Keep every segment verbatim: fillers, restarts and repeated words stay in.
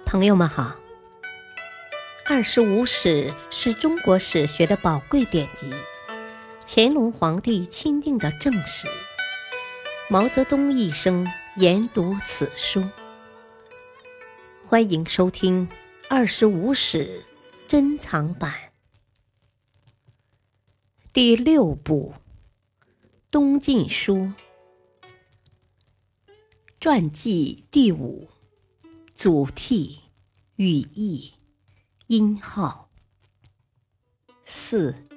朋友们好，二十五史是中国史学的宝贵典籍，乾隆皇帝钦定的正史。毛泽东一生研读此书。欢迎收听二十五史珍藏版第六部东晋书传记第五，祖逖、羽翼、殷浩。四。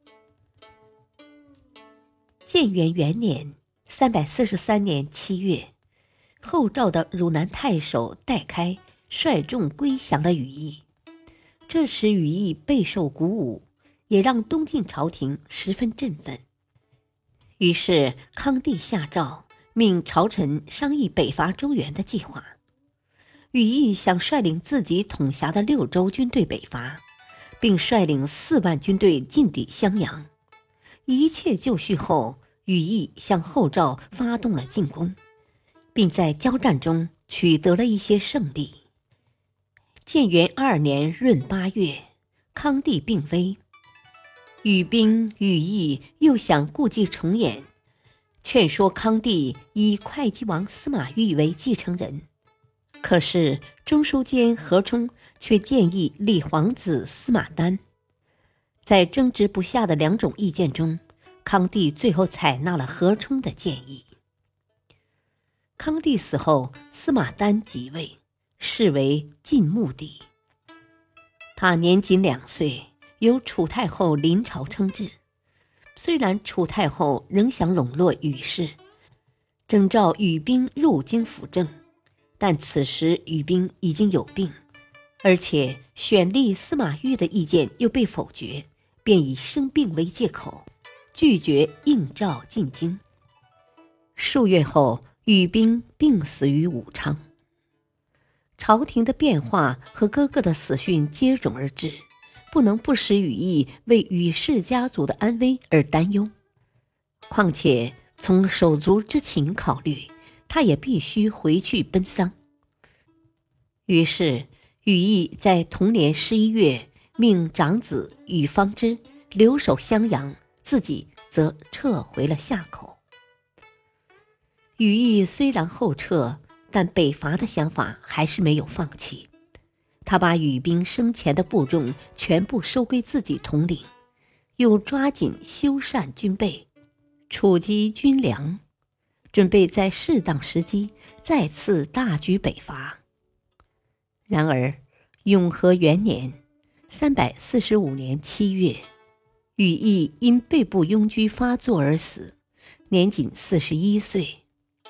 建元元年三百四十三年七月，后赵的汝南太守戴开率众归降了羽翼，这使羽翼备受鼓舞，也让东晋朝廷十分振奋。于是康帝下诏，命朝臣商议北伐中原的计划。羽翼想率领自己统辖的六州军队北伐，并率领四万军队进抵襄阳。一切就绪后，羽翼向后赵发动了进攻，并在交战中取得了一些胜利。建元二年闰八月，康帝病危，羽兵羽翼又想故伎重演，劝说康帝以会稽王司马懿为继承人。可是中书监何冲却建议立皇子司马丹。在争执不下的两种意见中，康帝最后采纳了何冲的建议。康帝死后，司马丹即位，是为晋穆帝。他年仅两岁，由楚太后临朝称制。虽然楚太后仍想笼络羽氏，征召羽兵入京辅政，但此时羽兵已经有病，而且选立司马懿的意见又被否决，便以生病为借口，拒绝应召进京。数月后，羽兵病死于武昌。朝廷的变化和哥哥的死讯接踵而至，不能不使羽翼为羽氏家族的安危而担忧。况且从手足之情考虑，他也必须回去奔丧。于是羽翼在同年十一月命长子羽方之留守襄阳，自己则撤回了夏口。羽翼虽然后撤，但北伐的想法还是没有放弃。他把羽兵生前的部众全部收归自己统领，又抓紧修缮军备，储积军粮，准备在适当时机再次大举北伐。然而永和元年三百四十五年七月，羽翼因背部痈疽发作而死，年仅四十一岁。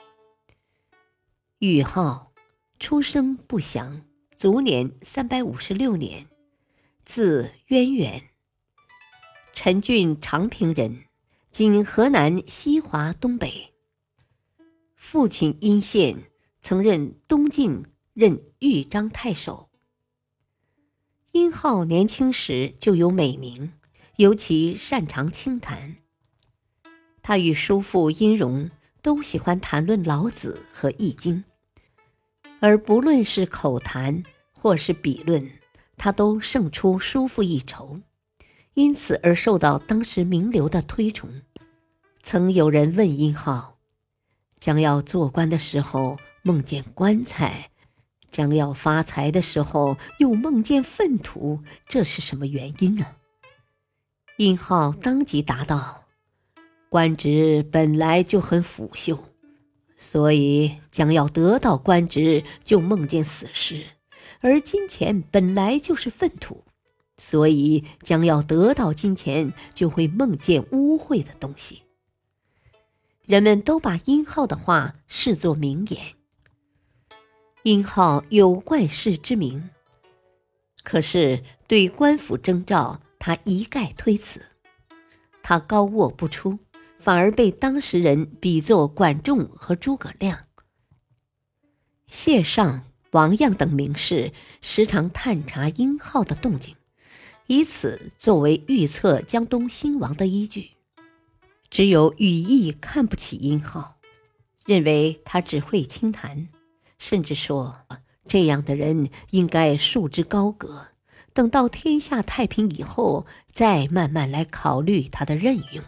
羽浩出生不详，卒年三百五十六年，字渊源，陈郡长平人，今河南西华东北。父亲殷宪曾任东晋任豫章太守。殷浩年轻时就有美名，尤其擅长清谈。他与叔父殷融都喜欢谈论老子和易经，而不论是口谈或是笔论，他都胜出叔父一筹，因此而受到当时名流的推崇。曾有人问殷浩，将要做官的时候梦见棺材，将要发财的时候又梦见粪土，这是什么原因呢？殷浩当即答道，官职本来就很腐朽，所以将要得到官职就梦见死尸，而金钱本来就是粪土，所以将要得到金钱就会梦见污秽的东西。人们都把殷浩的话视作名言。殷浩有冠世之名，可是对官府征召他一概推辞。他高卧不出，反而被当时人比作管仲和诸葛亮。谢尚、王样等名士时常探查殷浩的动静，以此作为预测江东兴亡的依据。只有羽翼看不起殷浩，认为他只会清谈，甚至说这样的人应该束之高阁，等到天下太平以后，再慢慢来考虑他的任用。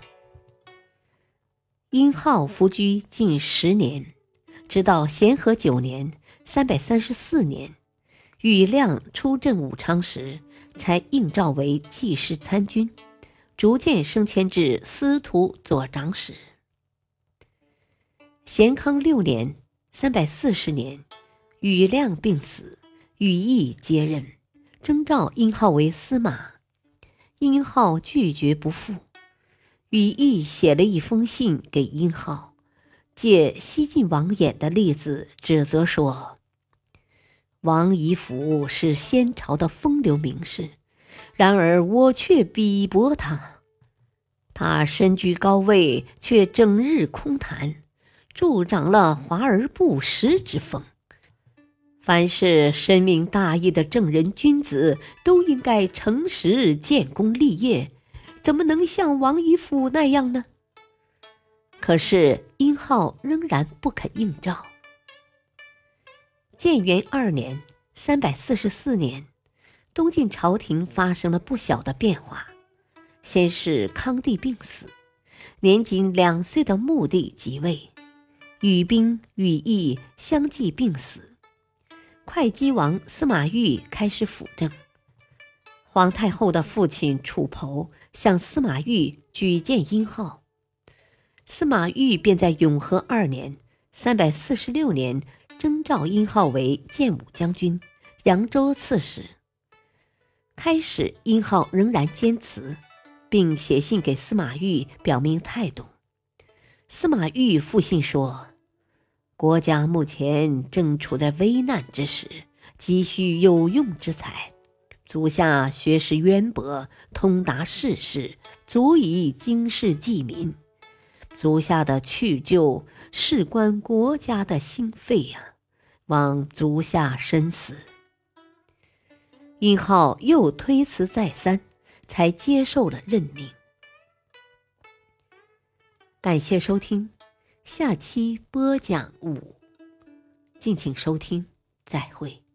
殷浩服居近十年，直到咸和九年（三百三十四年），庾亮出镇武昌时，才应召为济世参军，逐渐升迁至司徒左长史。咸康六年（三百四十年），庾亮病死，庾毅接任，征召殷浩为司马。殷浩拒绝不赴，庾毅写了一封信给殷浩，借西晋王衍的例子指责说，王仪甫是先朝的风流名士，然而我却鄙薄他，他身居高位，却整日空谈，助长了华而不实之风。凡是深明大义的正人君子，都应该诚实建功立业，怎么能像王仪甫那样呢？可是殷浩仍然不肯应召。建元二年（三百四十四年），东晋朝廷发生了不小的变化。先是康帝病死，年仅两岁的穆帝即位，庾兵、庾毅相继病死。会稽王司马昱开始辅政。皇太后的父亲楚侯向司马昱举荐殷浩，司马昱便在永和二年（三百四十六年）征召殷浩为建武将军、扬州刺史。开始殷浩仍然坚持，并写信给司马昱表明态度。司马昱复信说，国家目前正处在危难之时，急需有用之才。足下学识渊博，通达世事，足以经世济民。足下的去就事关国家的兴废呀、啊，望足下深思。殷浩又推辞再三，才接受了任命。感谢收听，下期播讲五，敬请收听，再会。